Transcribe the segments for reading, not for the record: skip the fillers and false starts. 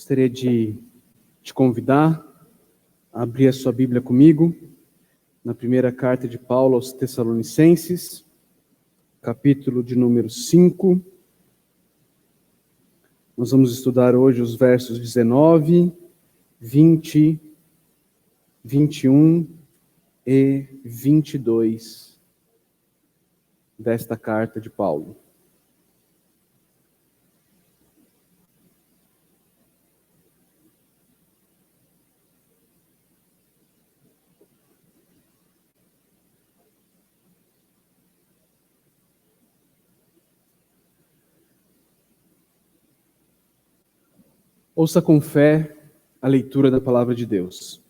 Gostaria de te convidar a abrir a sua Bíblia comigo na primeira carta de Paulo aos Tessalonicenses, capítulo de número 5. Nós vamos estudar hoje os versos 19, 20, 21 e 22 desta carta de Paulo. Ouça com fé a leitura da palavra de Deus.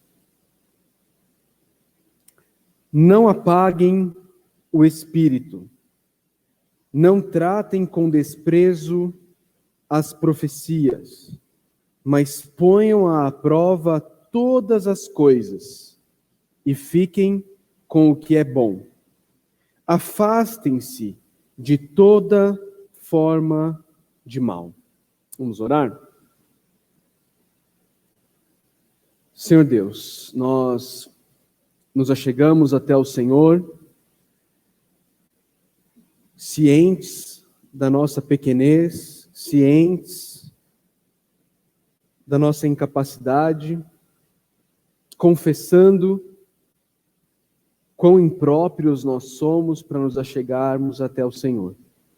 Não apaguem o espírito, não tratem com desprezo as profecias, mas ponham à prova todas as coisas e fiquem com o que é bom. Afastem-se de toda forma de mal. Vamos orar? Senhor Deus, nós nos achegamos até o Senhor, cientes da nossa pequenez, cientes da nossa incapacidade, confessando quão impróprios nós somos para nos achegarmos até o Senhor.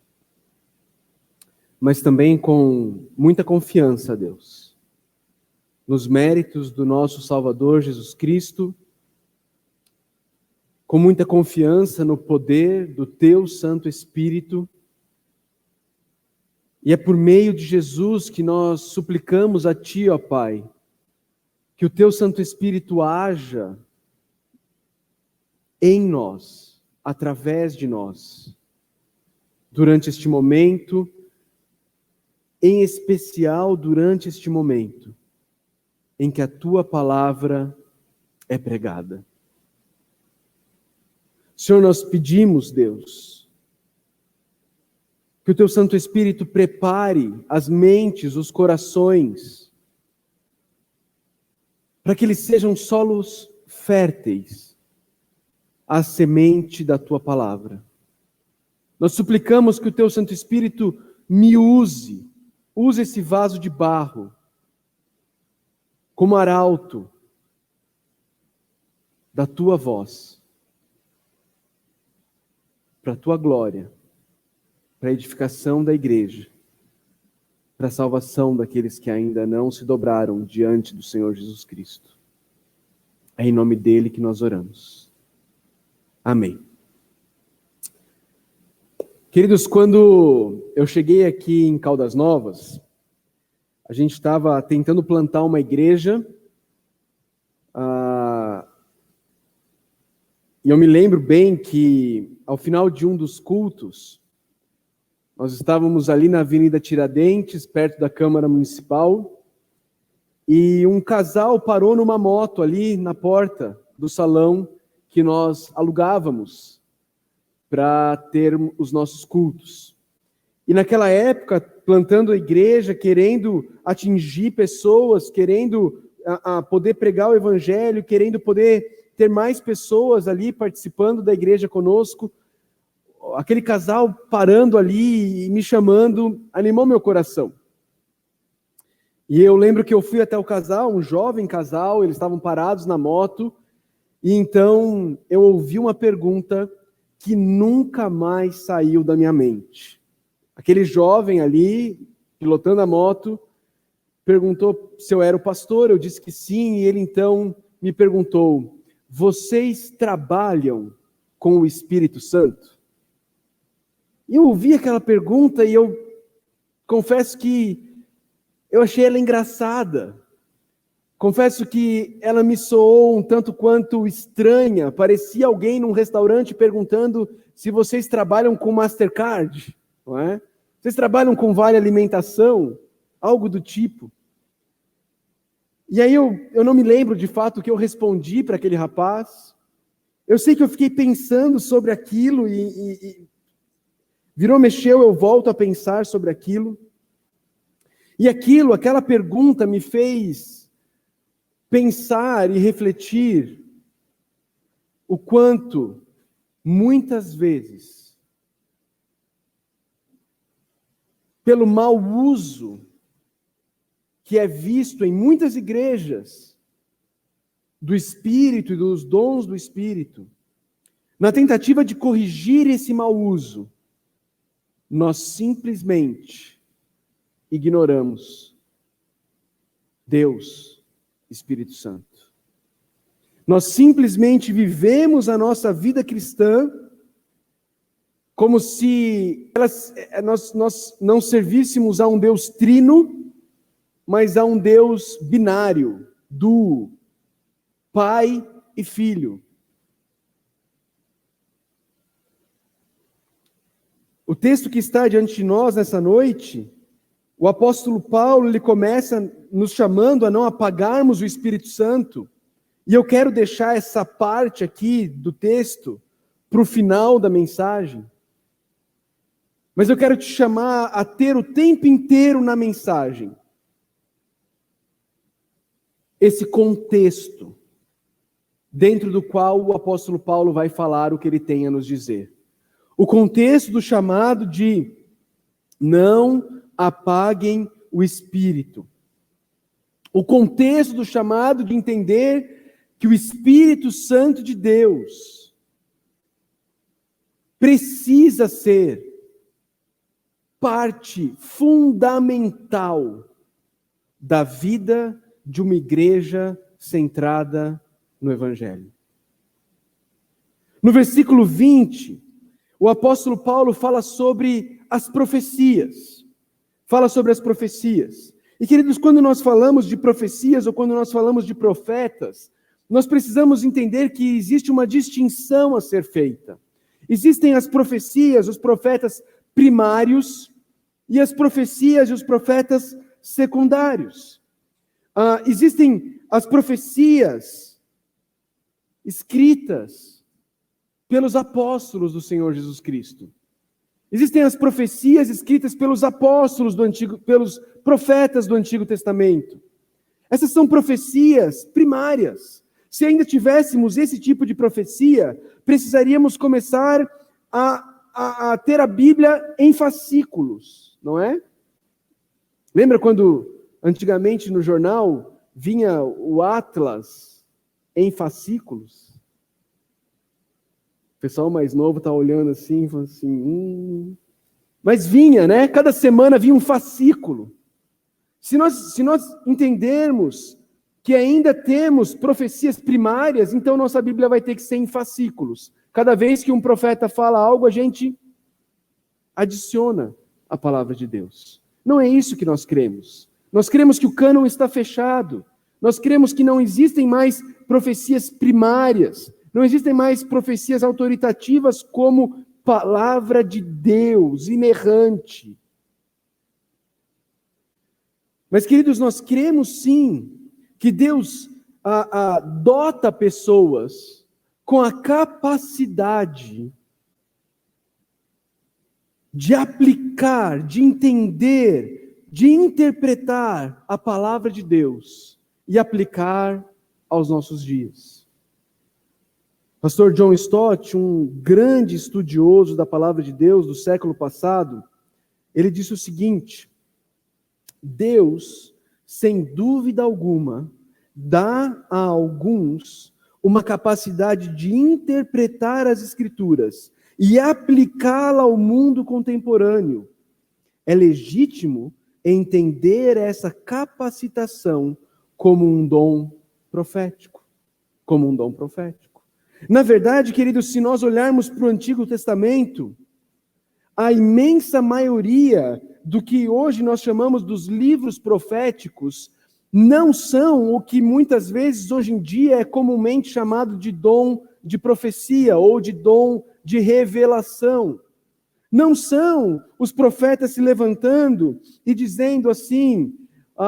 Mas também com muita confiança, Deus, nos méritos do nosso Salvador Jesus Cristo, com muita confiança no poder do Teu Santo Espírito. E é por meio de Jesus que nós suplicamos a Ti, ó Pai, que o Teu Santo Espírito haja em nós, através de nós, durante este momento, em especial durante este momento, em que a Tua palavra é pregada. Senhor, nós pedimos, Deus, que o Teu Santo Espírito prepare as mentes, os corações, para que eles sejam solos férteis à semente da Tua palavra. Nós suplicamos que o Teu Santo Espírito me use esse vaso de barro, como arauto da Tua voz, para a Tua glória, para a edificação da igreja, para a salvação daqueles que ainda não se dobraram diante do Senhor Jesus Cristo. É em nome dele que nós oramos. Amém. Queridos, quando eu cheguei aqui em Caldas Novas, a gente estava tentando plantar uma igreja, e eu me lembro bem que, ao final de um dos cultos, nós estávamos ali na Avenida Tiradentes, perto da Câmara Municipal, e um casal parou numa moto ali na porta do salão que nós alugávamos para ter os nossos cultos. E naquela época, plantando a igreja, querendo atingir pessoas, querendo poder pregar o evangelho, querendo poder ter mais pessoas ali participando da igreja conosco, aquele casal parando ali e me chamando, animou meu coração. E eu lembro que eu fui até o casal, um jovem casal, eles estavam parados na moto, e então eu ouvi uma pergunta que nunca mais saiu da minha mente. Aquele jovem ali, pilotando a moto, perguntou se eu era o pastor, eu disse que sim, e ele então me perguntou: vocês trabalham com o Espírito Santo? E eu ouvi aquela pergunta e eu confesso que eu achei ela engraçada. Confesso que ela me soou um tanto quanto estranha, parecia alguém num restaurante perguntando se vocês trabalham com Mastercard. Não é? Vocês trabalham com Vale Alimentação? Algo do tipo. E aí eu não me lembro de fato o que eu respondi para aquele rapaz. Eu sei que eu fiquei pensando sobre aquilo e virou, mexeu, eu volto a pensar sobre aquilo. E aquela pergunta me fez pensar e refletir o quanto, muitas vezes, pelo mau uso que é visto em muitas igrejas do Espírito e dos dons do Espírito, na tentativa de corrigir esse mau uso, nós simplesmente ignoramos Deus, Espírito Santo. Nós simplesmente vivemos a nossa vida cristã como se nós não servíssemos a um Deus trino, mas a um Deus binário, duo, Pai e Filho. O texto que está diante de nós nessa noite, o apóstolo Paulo, ele começa nos chamando a não apagarmos o Espírito Santo, e eu quero deixar essa parte aqui do texto para o final da mensagem. Mas eu quero te chamar a ter o tempo inteiro na mensagem esse contexto dentro do qual o apóstolo Paulo vai falar o que ele tem a nos dizer. O contexto do chamado de não apaguem o Espírito. O contexto do chamado de entender que o Espírito Santo de Deus precisa ser parte fundamental da vida de uma igreja centrada no Evangelho. No versículo 20, o apóstolo Paulo fala sobre as profecias. Fala sobre as profecias. E, queridos, quando nós falamos de profecias ou quando nós falamos de profetas, nós precisamos entender que existe uma distinção a ser feita. Existem as profecias, os profetas primários, e as profecias e os profetas secundários. Existem as profecias escritas pelos apóstolos do Senhor Jesus Cristo. Existem as profecias escritas pelos apóstolos pelos profetas do Antigo Testamento. Essas são profecias primárias. Se ainda tivéssemos esse tipo de profecia, precisaríamos começar a ter a Bíblia em fascículos, não é? Lembra quando antigamente no jornal vinha o Atlas em fascículos? O pessoal mais novo está olhando assim, falando assim, Mas vinha, né? Cada semana vinha um fascículo. Se nós entendermos que ainda temos profecias primárias, então nossa Bíblia vai ter que ser em fascículos. Cada vez que um profeta fala algo, a gente adiciona a palavra de Deus. Não é isso que nós cremos. Nós cremos que o cânon está fechado. Nós cremos que não existem mais profecias primárias. Não existem mais profecias autoritativas como palavra de Deus, inerrante. Mas, queridos, nós cremos sim que Deus dota pessoas com a capacidade de aplicar, de entender, de interpretar a palavra de Deus e aplicar aos nossos dias. Pastor John Stott, um grande estudioso da palavra de Deus do século passado, ele disse o seguinte: Deus, sem dúvida alguma, dá a alguns uma capacidade de interpretar as Escrituras e aplicá-la ao mundo contemporâneo. É legítimo entender essa capacitação como um dom profético. Como um dom profético. Na verdade, queridos, se nós olharmos para o Antigo Testamento, a imensa maioria do que hoje nós chamamos dos livros proféticos não são o que muitas vezes hoje em dia é comumente chamado de dom de profecia ou de dom de revelação. Não são os profetas se levantando e dizendo assim: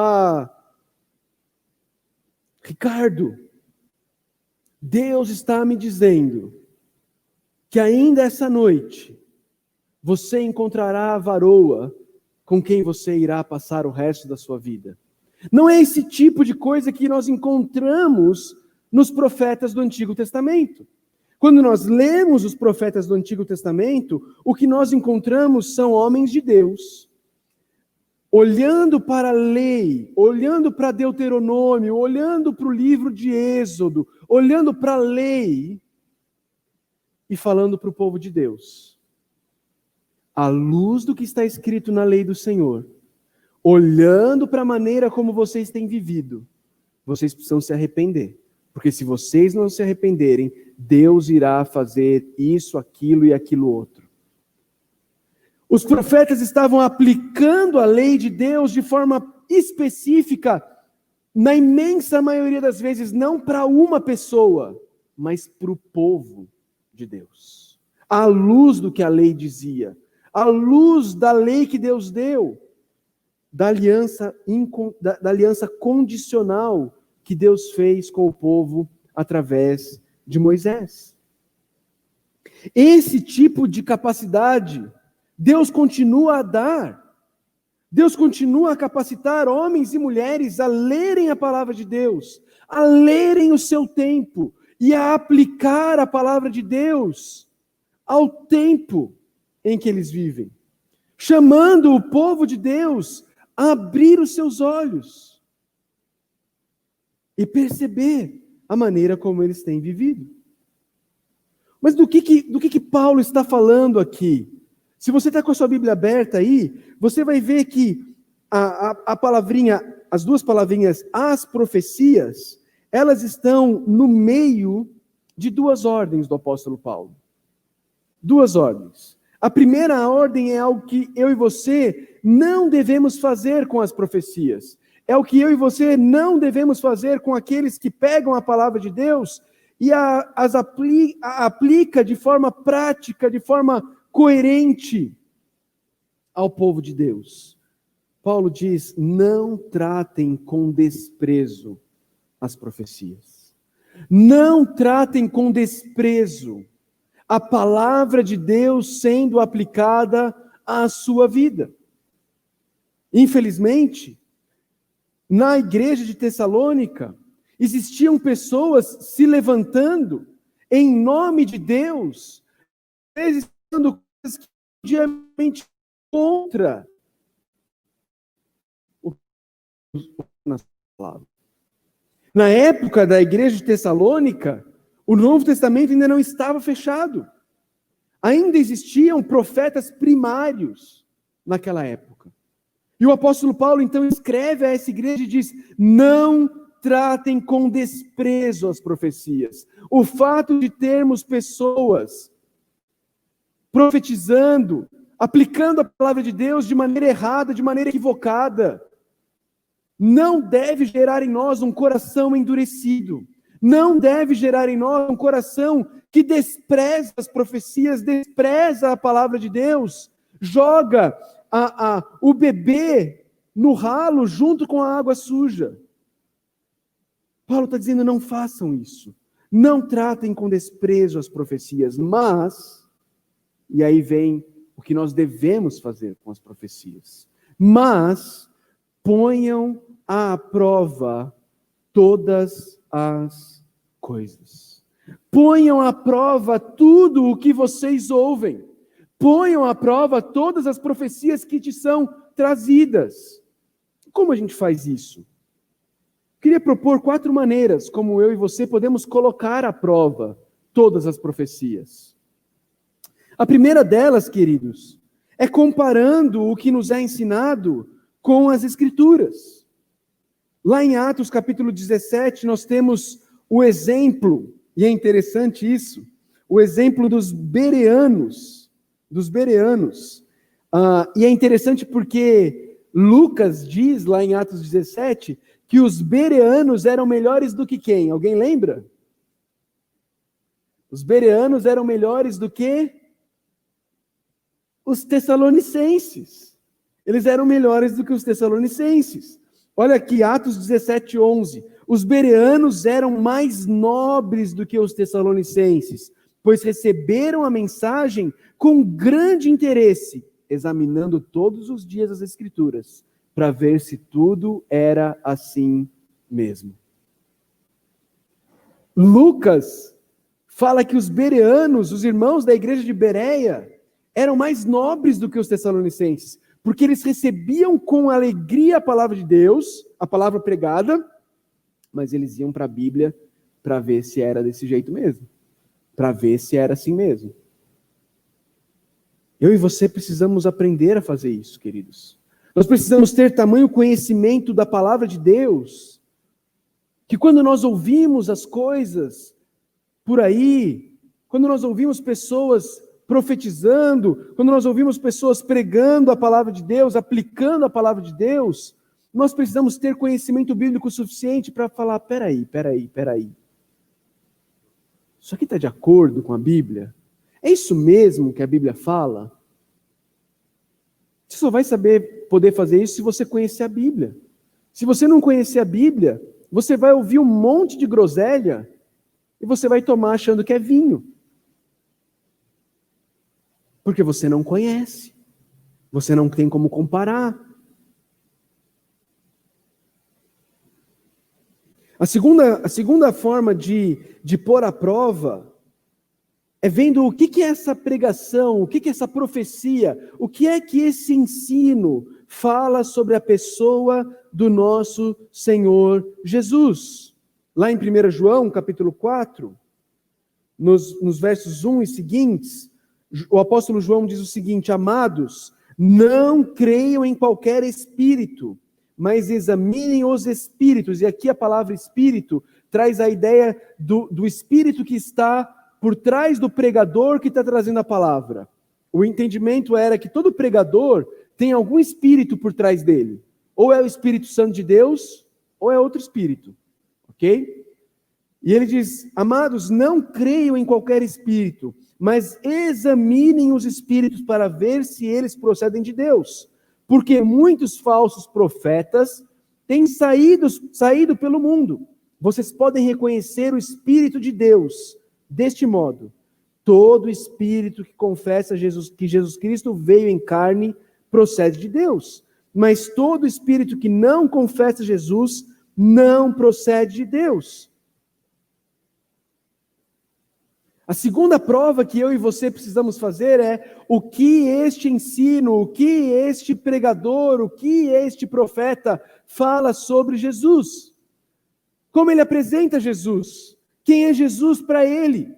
Ricardo, Deus está me dizendo que ainda essa noite você encontrará a varoa com quem você irá passar o resto da sua vida. Não é esse tipo de coisa que nós encontramos nos profetas do Antigo Testamento. Quando nós lemos os profetas do Antigo Testamento, o que nós encontramos são homens de Deus, olhando para a lei, olhando para Deuteronômio, olhando para o livro de Êxodo, olhando para a lei e falando para o povo de Deus, à luz do que está escrito na lei do Senhor, olhando para a maneira como vocês têm vivido, vocês precisam se arrepender. Porque se vocês não se arrependerem, Deus irá fazer isso, aquilo e aquilo outro. Os profetas estavam aplicando a lei de Deus de forma específica, na imensa maioria das vezes, não para uma pessoa, mas para o povo de Deus. À luz do que a lei dizia, à luz da lei que Deus deu, da aliança condicional que Deus fez com o povo através de Moisés. Esse tipo de capacidade Deus continua a dar. Deus continua a capacitar homens e mulheres a lerem a palavra de Deus, a lerem o seu tempo e a aplicar a palavra de Deus ao tempo em que eles vivem, chamando o povo de Deus a abrir os seus olhos e perceber a maneira como eles têm vivido. Mas do que Paulo está falando aqui? Se você está com a sua Bíblia aberta aí, você vai ver que a palavrinha, as duas palavrinhas, as profecias, elas estão no meio de duas ordens do apóstolo Paulo. Duas ordens. A primeira ordem é algo que eu e você não devemos fazer com as profecias. É o que eu e você não devemos fazer com aqueles que pegam a palavra de Deus e a aplica de forma prática, de forma coerente ao povo de Deus. Paulo diz: não tratem com desprezo as profecias. Não tratem com desprezo a palavra de Deus sendo aplicada à sua vida. Infelizmente, na igreja de Tessalônica, existiam pessoas se levantando em nome de Deus, vezes falando coisas que diariamente contra o que nas palavras. Na época da igreja de Tessalônica, o Novo Testamento ainda não estava fechado. Ainda existiam profetas primários naquela época. E o apóstolo Paulo, então, escreve a essa igreja e diz: não tratem com desprezo as profecias. O fato de termos pessoas profetizando, aplicando a palavra de Deus de maneira errada, de maneira equivocada, não deve gerar em nós um coração endurecido. Não deve gerar em nós um coração que despreza as profecias, despreza a palavra de Deus, joga o bebê no ralo junto com a água suja. Paulo está dizendo: não façam isso. Não tratem com desprezo as profecias, mas, e aí vem o que nós devemos fazer com as profecias, mas ponham à prova todas as coisas. Ponham à prova tudo o que vocês ouvem. Ponham à prova todas as profecias que te são trazidas. Como a gente faz isso? Queria propor 4 maneiras como eu e você podemos colocar à prova todas as profecias. A primeira delas, queridos, é comparando o que nos é ensinado com as Escrituras. Lá em Atos capítulo 17, nós temos o exemplo, e é interessante isso, o exemplo dos bereanos. E é interessante porque Lucas diz lá em Atos 17 que os bereanos eram melhores do que quem? Alguém lembra? Os bereanos eram melhores do que os tessalonicenses. Eles eram melhores do que os tessalonicenses. Olha aqui, Atos 17:11. Os bereanos eram mais nobres do que os tessalonicenses, pois receberam a mensagem com grande interesse examinando todos os dias as Escrituras, para ver se tudo era assim mesmo. Lucas fala que os bereanos, os irmãos da igreja de Bereia, eram mais nobres do que os tessalonicenses, porque eles recebiam com alegria a palavra de Deus, a palavra pregada, mas eles iam para a Bíblia para ver se era desse jeito mesmo, para ver se era assim mesmo. Eu e você precisamos aprender a fazer isso, queridos. Nós precisamos ter tamanho conhecimento da palavra de Deus, que quando nós ouvimos as coisas por aí, quando nós ouvimos pessoas profetizando, quando nós ouvimos pessoas pregando a palavra de Deus, aplicando a palavra de Deus, nós precisamos ter conhecimento bíblico suficiente para falar, peraí. Isso aqui está de acordo com a Bíblia? É isso mesmo que a Bíblia fala? Você só vai poder fazer isso se você conhecer a Bíblia. Se você não conhecer a Bíblia, você vai ouvir um monte de groselha e você vai tomar achando que é vinho. Porque você não conhece. Você não tem como comparar. A segunda forma de pôr à prova é vendo o que é essa pregação, o que é essa profecia, o que é que esse ensino fala sobre a pessoa do nosso Senhor Jesus. Lá em 1 João, capítulo 4, nos versos 1 e seguintes, o apóstolo João diz o seguinte: amados, não creiam em qualquer espírito, mas examinem os espíritos. E aqui a palavra espírito traz a ideia do espírito que está por trás do pregador que está trazendo a palavra. O entendimento era que todo pregador tem algum espírito por trás dele. Ou é o Espírito Santo de Deus, ou é outro espírito. Ok? E ele diz, amados, não creiam em qualquer espírito, mas examinem os espíritos para ver se eles procedem de Deus. Porque muitos falsos profetas têm saído pelo mundo. Vocês podem reconhecer o Espírito de Deus deste modo: todo espírito que confessa que Jesus Cristo veio em carne procede de Deus, mas todo espírito que não confessa Jesus não procede de Deus. A segunda prova que eu e você precisamos fazer é o que este ensino, o que este pregador, o que este profeta fala sobre Jesus. Como ele apresenta Jesus? Quem é Jesus para ele?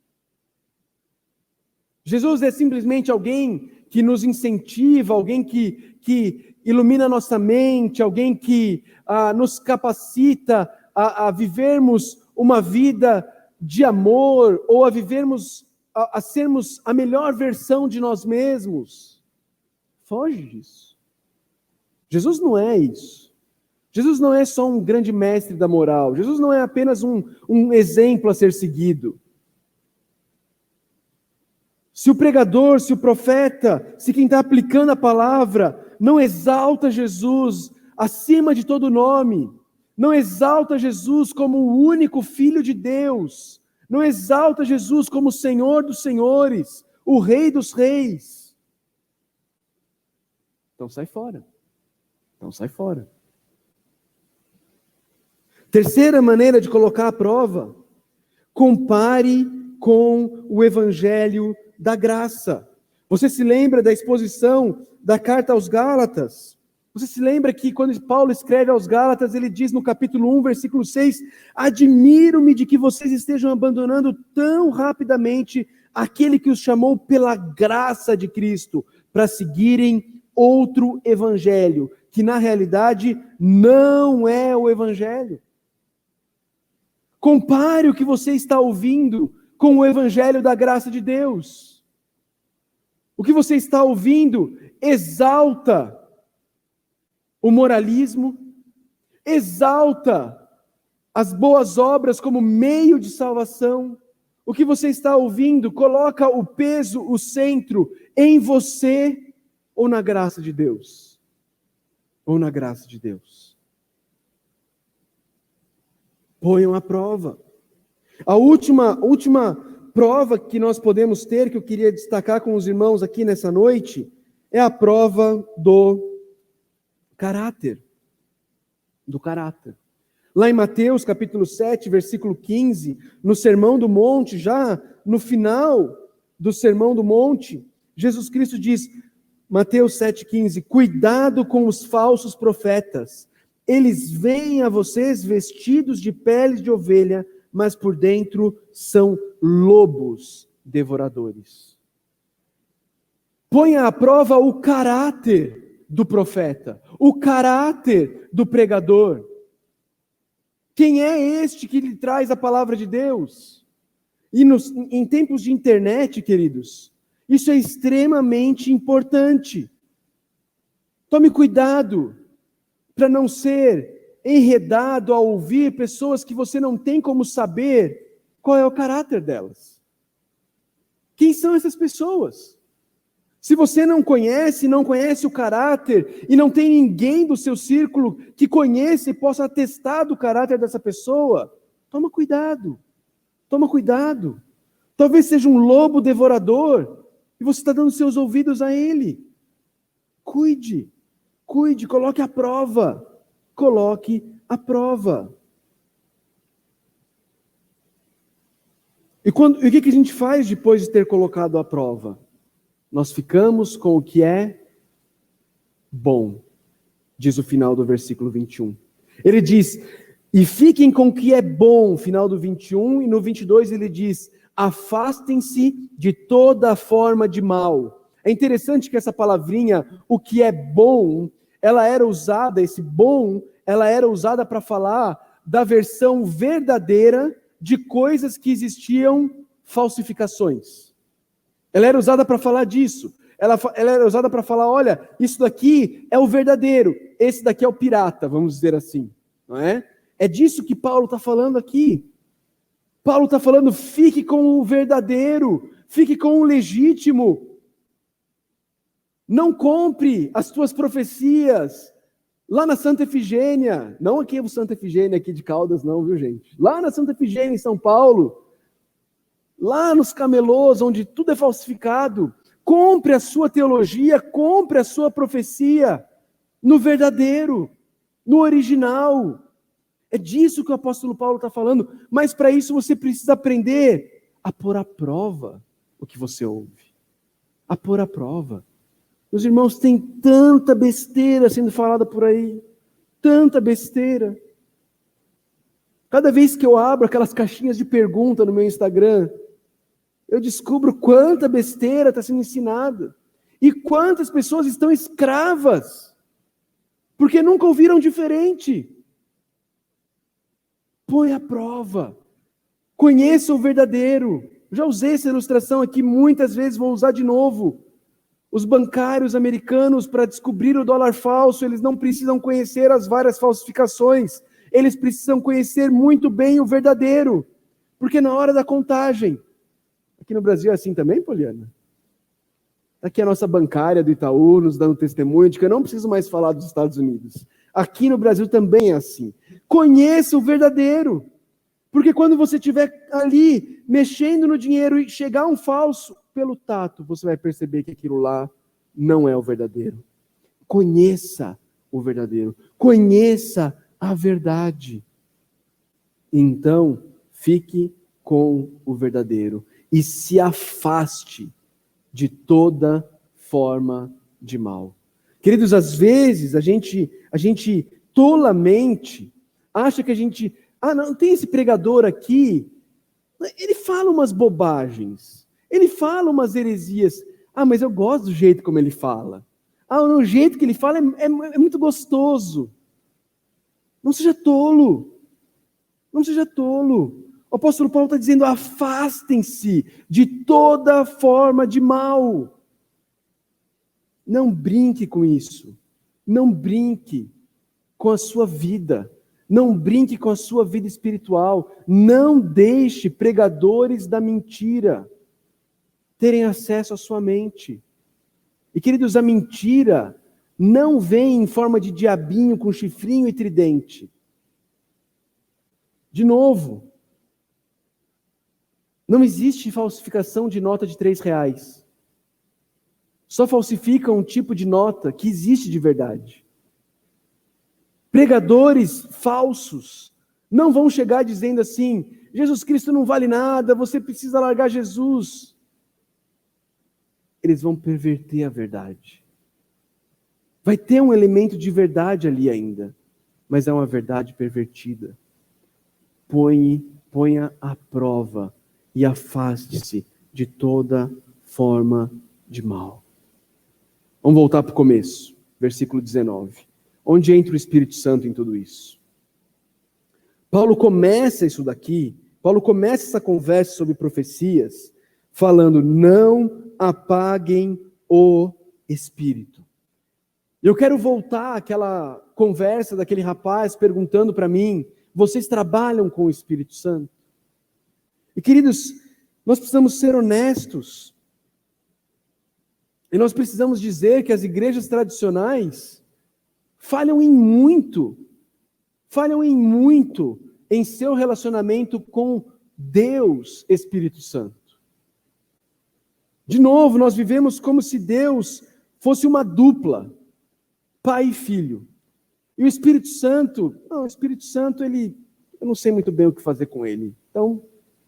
Jesus é simplesmente alguém que nos incentiva, alguém que ilumina a nossa mente, alguém que nos capacita a vivermos uma vida de amor, ou a sermos a melhor versão de nós mesmos. Foge disso. Jesus não é isso. Jesus não é só um grande mestre da moral. Jesus não é apenas um exemplo a ser seguido. Se o pregador, se o profeta, se quem está aplicando a palavra não exalta Jesus acima de todo nome, não exalta Jesus como o único Filho de Deus, não exalta Jesus como o Senhor dos senhores, o Rei dos reis, então sai fora. Terceira maneira de colocar à prova: compare com o Evangelho da graça. Você se lembra da exposição da carta aos Gálatas? Você se lembra que quando Paulo escreve aos Gálatas, ele diz no capítulo 1, versículo 6, admiro-me de que vocês estejam abandonando tão rapidamente aquele que os chamou pela graça de Cristo, para seguirem outro evangelho, que na realidade não é o evangelho. Compare o que você está ouvindo com o evangelho da graça de Deus. O que você está ouvindo exalta o moralismo, exalta as boas obras como meio de salvação. O que você está ouvindo coloca o peso, o centro em você ou na graça de Deus? Ou na graça de Deus? Ponham à prova. A última prova que nós podemos ter, que eu queria destacar com os irmãos aqui nessa noite, é a prova do caráter. Do caráter. Lá em Mateus, capítulo 7, versículo 15, no Sermão do Monte, já no final do Sermão do Monte, Jesus Cristo diz, Mateus 7,15, cuidado com os falsos profetas. Eles vêm a vocês vestidos de peles de ovelha, mas por dentro são lobos devoradores. Ponha à prova o caráter do profeta, o caráter do pregador. Quem é este que lhe traz a palavra de Deus? E em tempos de internet, queridos, isso é extremamente importante. Tome cuidado para não ser enredado ao ouvir pessoas que você não tem como saber qual é o caráter delas. Quem são essas pessoas? Se você não conhece o caráter, e não tem ninguém do seu círculo que conheça e possa atestar do caráter dessa pessoa, toma cuidado. Toma cuidado. Talvez seja um lobo devorador, e você está dando seus ouvidos a ele. Cuide, coloque à prova. Coloque à prova. E o que a gente faz depois de ter colocado à prova? Nós ficamos com o que é bom, diz o final do versículo 21. Ele diz, e fiquem com o que é bom, final do 21, e no 22 ele diz, afastem-se de toda forma de mal. É interessante que essa palavrinha, o que é bom, ela era usada para falar da versão verdadeira de coisas que existiam falsificações. Ela era usada para falar disso. Ela era usada para falar, olha, isso daqui é o verdadeiro, esse daqui é o pirata, vamos dizer assim. Não é? É disso que Paulo está falando aqui. Paulo está falando, fique com o verdadeiro, fique com o legítimo. Não compre as tuas profecias lá na Santa Efigênia. Não aqui o Santa Efigênia aqui de Caldas, não, viu gente? Lá na Santa Efigênia em São Paulo. Lá nos camelôs, onde tudo é falsificado, compre a sua teologia, compre a sua profecia no verdadeiro, no original. É disso que o apóstolo Paulo está falando, mas para isso você precisa aprender a pôr à prova o que você ouve. A pôr à prova. Meus irmãos, tem tanta besteira sendo falada por aí, tanta besteira. Cada vez que eu abro aquelas caixinhas de pergunta no meu Instagram, eu descubro quanta besteira está sendo ensinada. E quantas pessoas estão escravas. Porque nunca ouviram diferente. Põe à prova. Conheça o verdadeiro. Já usei essa ilustração aqui muitas vezes, vou usar de novo. Os bancários americanos, para descobrir o dólar falso, eles não precisam conhecer as várias falsificações. Eles precisam conhecer muito bem o verdadeiro. Porque na hora da contagem, aqui no Brasil é assim também, Poliana? Aqui a nossa bancária do Itaú nos dando testemunho de que eu não preciso mais falar dos Estados Unidos. Aqui no Brasil também é assim. Conheça o verdadeiro. Porque quando você estiver ali mexendo no dinheiro e chegar um falso, pelo tato, você vai perceber que aquilo lá não é o verdadeiro. Conheça o verdadeiro. Conheça a verdade. Então, fique com o verdadeiro. E se afaste de toda forma de mal. Queridos, às vezes a gente tolamente acha que a gente, não, tem esse pregador aqui, ele fala umas bobagens, ele fala umas heresias, mas eu gosto do jeito como ele fala. O jeito que ele fala é muito gostoso. Não seja tolo. Não seja tolo. O apóstolo Paulo está dizendo, afastem-se de toda forma de mal. Não brinque com isso. Não brinque com a sua vida. Não brinque com a sua vida espiritual. Não deixe pregadores da mentira terem acesso à sua mente. E queridos, a mentira não vem em forma de diabinho com chifrinho e tridente. De novo, não existe falsificação de nota de R$3. só falsificam um tipo de nota que existe de verdade. Pregadores falsos não vão chegar dizendo assim: Jesus Cristo não vale nada, você precisa largar Jesus. Eles vão perverter a verdade. Vai ter um elemento de verdade ali ainda, mas é uma verdade pervertida. Ponha à prova e afaste-se de toda forma de mal. Vamos voltar para o começo, versículo 19. Onde entra o Espírito Santo em tudo isso? Paulo começa essa conversa sobre profecias, falando: não apaguem o Espírito. Eu quero voltar àquela conversa daquele rapaz perguntando para mim: vocês trabalham com o Espírito Santo? E queridos, nós precisamos ser honestos. E nós precisamos dizer que as igrejas tradicionais falham em muito em seu relacionamento com Deus, Espírito Santo. De novo, nós vivemos como se Deus fosse uma dupla, pai e filho. E o Espírito Santo, eu não sei muito bem o que fazer com ele. Então,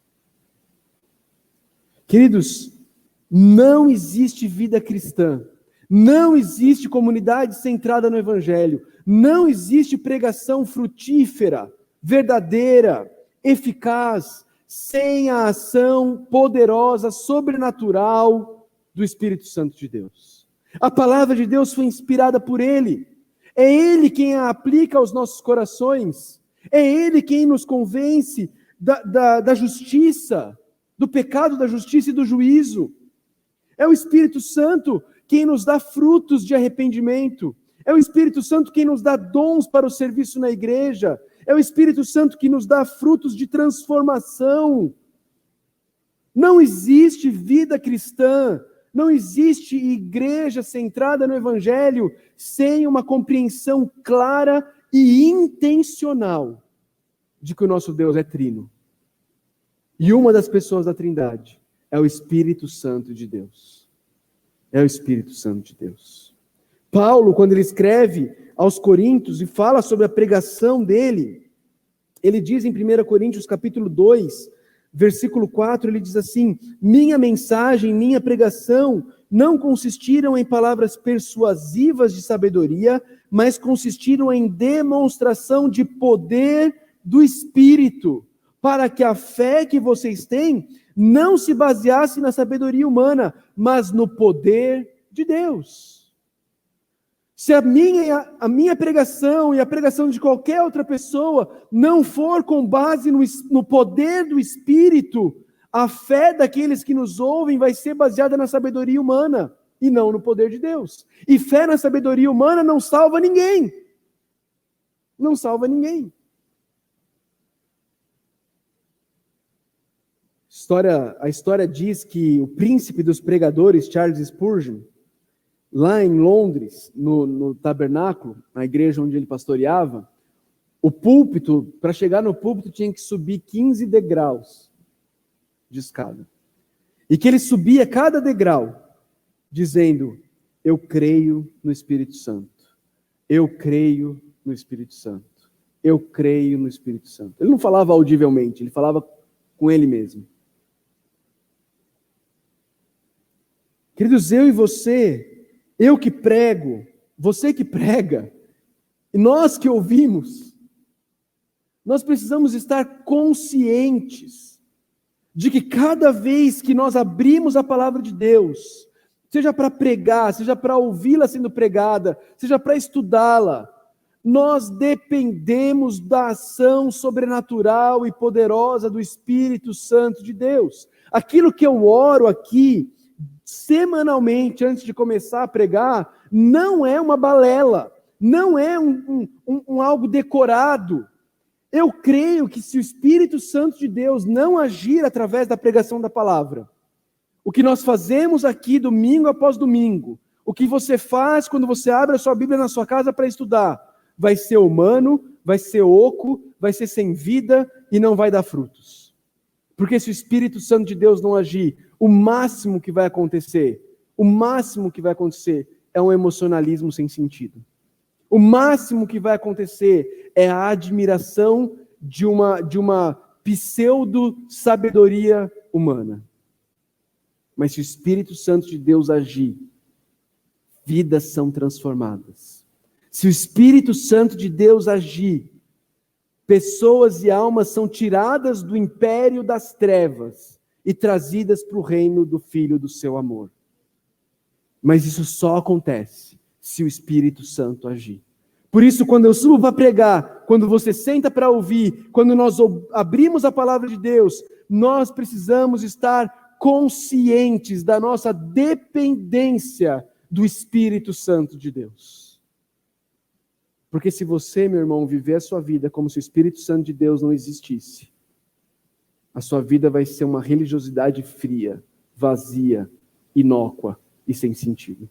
queridos, não existe vida cristã, não existe comunidade centrada no Evangelho, não existe pregação frutífera, verdadeira, eficaz, sem a ação poderosa, sobrenatural do Espírito Santo de Deus. A palavra de Deus foi inspirada por Ele. É Ele quem a aplica aos nossos corações. É Ele quem nos convence da justiça, do pecado, da justiça e do juízo. É o Espírito Santo quem nos dá frutos de arrependimento. É o Espírito Santo quem nos dá dons para o serviço na igreja. É o Espírito Santo que nos dá frutos de transformação. Não existe vida cristã, não existe igreja centrada no Evangelho sem uma compreensão clara e intencional de que o nosso Deus é trino. E uma das pessoas da Trindade é o Espírito Santo de Deus. É o Espírito Santo de Deus. Paulo, quando ele escreve aos Coríntios e fala sobre a pregação dele, ele diz em 1 Coríntios capítulo 2, versículo 4, ele diz assim: minha mensagem, minha pregação não consistiram em palavras persuasivas de sabedoria, mas consistiram em demonstração de poder do Espírito, para que a fé que vocês têm não se baseasse na sabedoria humana, mas no poder de Deus. Se a minha pregação e a pregação de qualquer outra pessoa não for com base no poder do Espírito, a fé daqueles que nos ouvem vai ser baseada na sabedoria humana e não no poder de Deus. E fé na sabedoria humana não salva ninguém. Não salva ninguém. A história diz que o príncipe dos pregadores, Charles Spurgeon, lá em Londres, no tabernáculo, na igreja onde ele pastoreava, o púlpito, para chegar no púlpito, tinha que subir 15 degraus de escada. E que ele subia cada degrau, dizendo: eu creio no Espírito Santo. Eu creio no Espírito Santo. Eu creio no Espírito Santo. Ele não falava audivelmente, ele falava com ele mesmo. Queridos, eu e você, eu que prego, você que prega, e nós que ouvimos, nós precisamos estar conscientes de que cada vez que nós abrimos a palavra de Deus, seja para pregar, seja para ouvi-la sendo pregada, seja para estudá-la, nós dependemos da ação sobrenatural e poderosa do Espírito Santo de Deus. Aquilo que eu oro aqui, semanalmente, antes de começar a pregar, não é uma balela, não é um algo decorado. Eu creio que se o Espírito Santo de Deus não agir através da pregação da palavra, o que nós fazemos aqui domingo após domingo, o que você faz quando você abre a sua Bíblia na sua casa para estudar, vai ser humano, vai ser oco, vai ser sem vida e não vai dar frutos. Porque se o Espírito Santo de Deus não agir, o máximo que vai acontecer o máximo que vai acontecer é um emocionalismo sem sentido. O máximo que vai acontecer é a admiração de uma pseudo-sabedoria humana. Mas se o Espírito Santo de Deus agir, vidas são transformadas. Se o Espírito Santo de Deus agir, pessoas e almas são tiradas do império das trevas e trazidas para o reino do Filho do seu amor. Mas isso só acontece se o Espírito Santo agir. Por isso, quando eu subo para pregar, quando você senta para ouvir, quando nós abrimos a palavra de Deus, nós precisamos estar conscientes da nossa dependência do Espírito Santo de Deus. Porque se você, meu irmão, viver a sua vida como se o Espírito Santo de Deus não existisse, a sua vida vai ser uma religiosidade fria, vazia, inócua e sem sentido.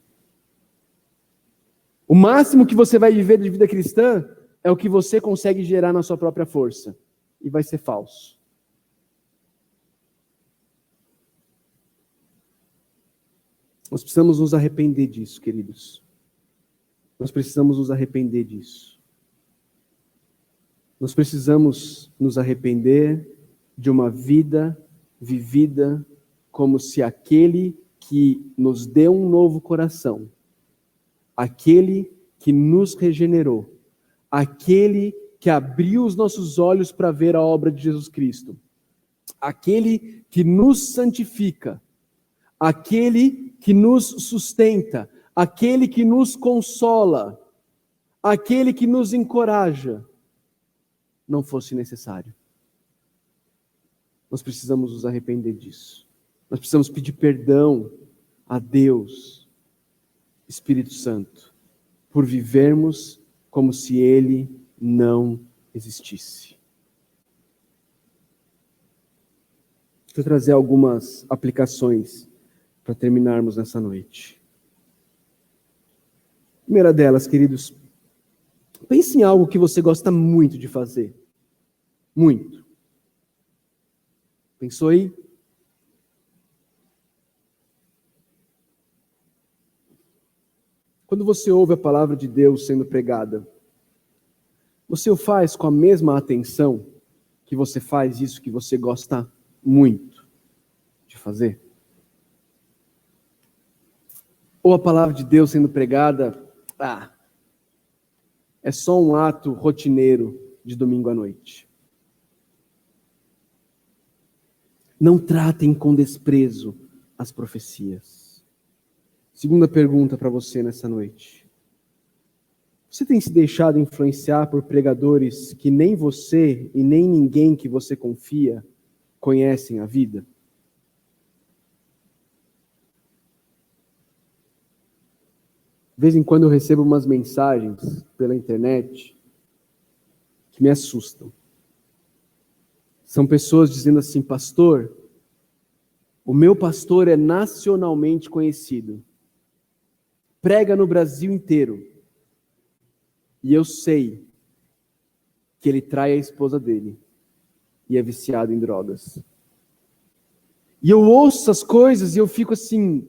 O máximo que você vai viver de vida cristã é o que você consegue gerar na sua própria força. E vai ser falso. Nós precisamos nos arrepender disso, queridos. Nós precisamos nos arrepender disso. Nós precisamos nos arrepender de uma vida vivida como se aquele que nos deu um novo coração, aquele que nos regenerou, aquele que abriu os nossos olhos para ver a obra de Jesus Cristo, aquele que nos santifica, aquele que nos sustenta, aquele que nos consola, aquele que nos encoraja, não fosse necessário. Nós precisamos nos arrepender disso. Nós precisamos pedir perdão a Deus, Espírito Santo, por vivermos como se Ele não existisse. Deixa eu trazer algumas aplicações para terminarmos nessa noite. A primeira delas, queridos, pense em algo que você gosta muito de fazer. Muito. Pensou aí? Quando você ouve a palavra de Deus sendo pregada, você o faz com a mesma atenção que você faz isso que você gosta muito de fazer? Ou a palavra de Deus sendo pregada, é só um ato rotineiro de domingo à noite? Não tratem com desprezo as profecias. Segunda pergunta para você nessa noite. Você tem se deixado influenciar por pregadores que nem você e nem ninguém que você confia conhecem a vida? De vez em quando eu recebo umas mensagens pela internet que me assustam. São pessoas dizendo assim: pastor, o meu pastor é nacionalmente conhecido. Prega no Brasil inteiro. E eu sei que ele trai a esposa dele e é viciado em drogas. E eu ouço essas coisas e eu fico assim: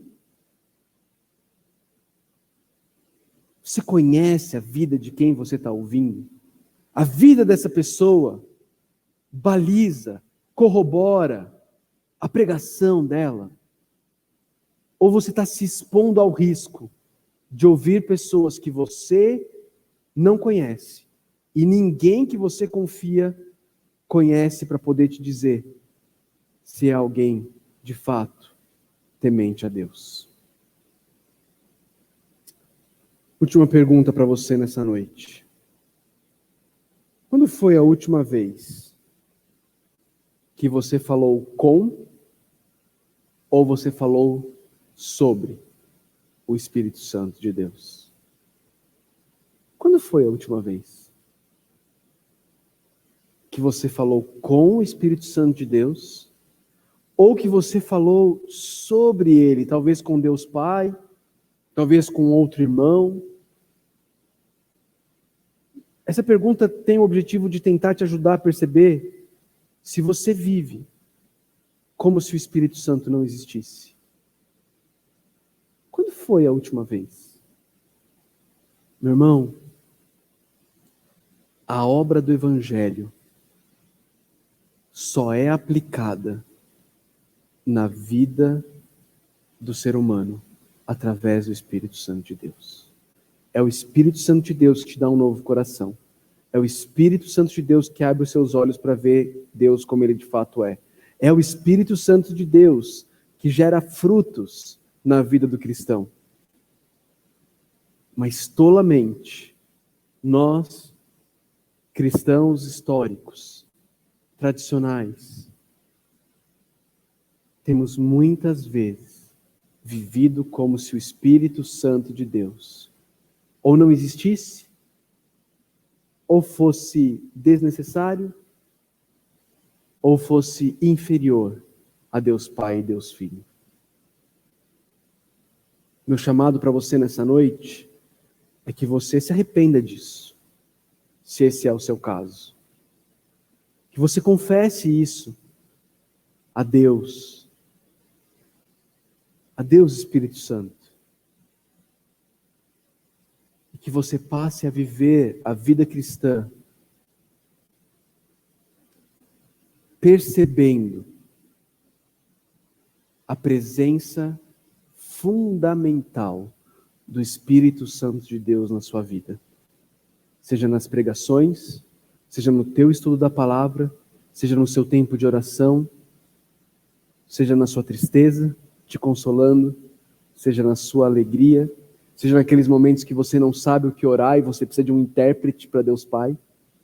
você conhece a vida de quem você está ouvindo? A vida dessa pessoa baliza, corrobora a pregação dela? Ou você está se expondo ao risco de ouvir pessoas que você não conhece e ninguém que você confia conhece para poder te dizer se é alguém de fato temente a Deus? Última pergunta para você nessa noite. Quando foi a última vez que você falou com ou você falou sobre o Espírito Santo de Deus? Quando foi a última vez que você falou com o Espírito Santo de Deus ou que você falou sobre ele, talvez com Deus Pai, talvez com outro irmão? Essa pergunta tem o objetivo de tentar te ajudar a perceber se você vive como se o Espírito Santo não existisse. foi a última vez? Meu irmão, a obra do Evangelho só é aplicada na vida do ser humano através do Espírito Santo de Deus. É o Espírito Santo de Deus que te dá um novo coração. É o Espírito Santo de Deus que abre os seus olhos para ver Deus como Ele de fato é. É o Espírito Santo de Deus que gera frutos na vida do cristão. Mas tolamente, nós, cristãos históricos, tradicionais, temos muitas vezes vivido como se o Espírito Santo de Deus ou não existisse, ou fosse desnecessário, ou fosse inferior a Deus Pai e Deus Filho. Meu chamado para você nessa noite é que você se arrependa disso, se esse é o seu caso. Que você confesse isso a Deus Espírito Santo. E que você passe a viver a vida cristã percebendo a presença fundamental do Espírito Santo de Deus na sua vida. Seja nas pregações, seja no teu estudo da palavra, seja no seu tempo de oração, seja na sua tristeza, te consolando, seja na sua alegria, seja naqueles momentos que você não sabe o que orar e você precisa de um intérprete para Deus Pai.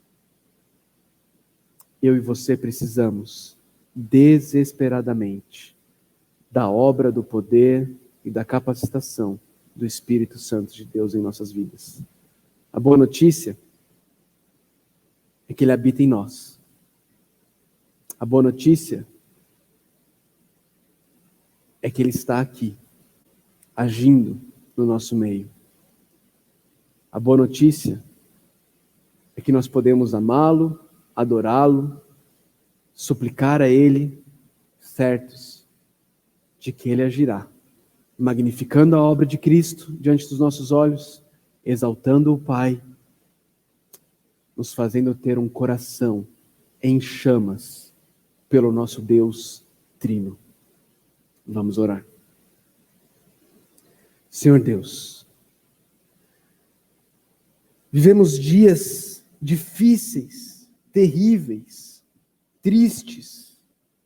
Eu e você precisamos, desesperadamente, da obra, do poder e da capacitação do Espírito Santo de Deus em nossas vidas. A boa notícia é que Ele habita em nós. A boa notícia é que Ele está aqui, agindo no nosso meio. A boa notícia é que nós podemos amá-lo, adorá-lo, suplicar a Ele, certos de que Ele agirá, magnificando a obra de Cristo diante dos nossos olhos, exaltando o Pai, nos fazendo ter um coração em chamas pelo nosso Deus Trino. Vamos orar. Senhor Deus, vivemos dias difíceis, terríveis, tristes,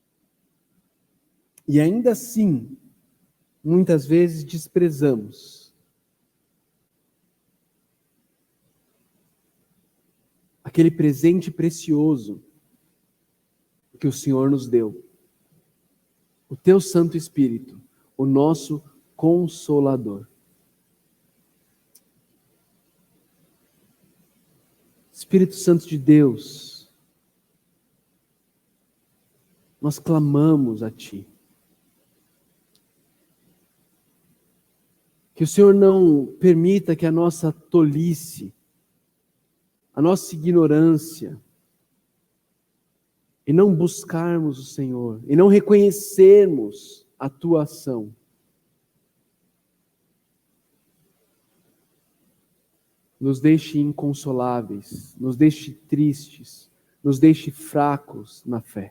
e ainda assim, muitas vezes desprezamos aquele presente precioso que o Senhor nos deu, o Teu Santo Espírito, o nosso Consolador. Espírito Santo de Deus, nós clamamos a Ti. Que o Senhor não permita que a nossa tolice, a nossa ignorância, e não buscarmos o Senhor, e não reconhecermos a Tua ação, nos deixe inconsoláveis, nos deixe tristes, nos deixe fracos na fé.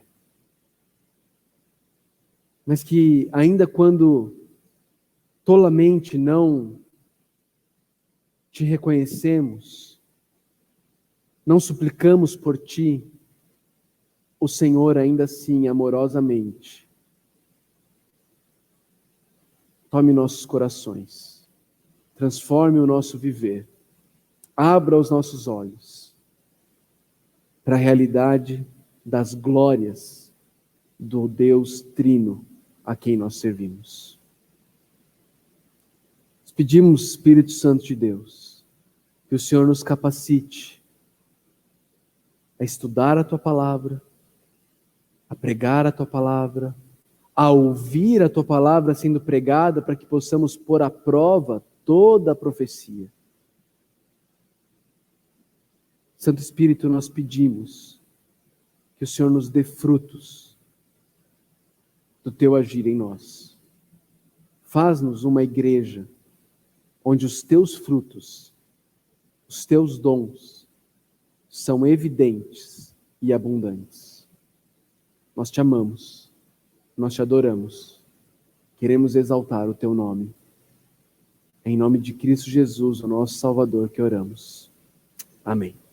Mas que ainda quando tolamente não Te reconhecemos, não suplicamos por Ti, o Senhor ainda assim, amorosamente, tome nossos corações, transforme o nosso viver, abra os nossos olhos para a realidade das glórias do Deus Trino a quem nós servimos. Pedimos, Espírito Santo de Deus, que o Senhor nos capacite a estudar a Tua palavra, a pregar a Tua palavra, a ouvir a Tua palavra sendo pregada, para que possamos pôr à prova toda a profecia. Santo Espírito, nós pedimos que o Senhor nos dê frutos do Teu agir em nós. Faz-nos uma igreja onde os teus frutos, os teus dons são evidentes e abundantes. Nós te amamos, nós te adoramos, queremos exaltar o teu nome. É em nome de Cristo Jesus, o nosso Salvador, que oramos. Amém.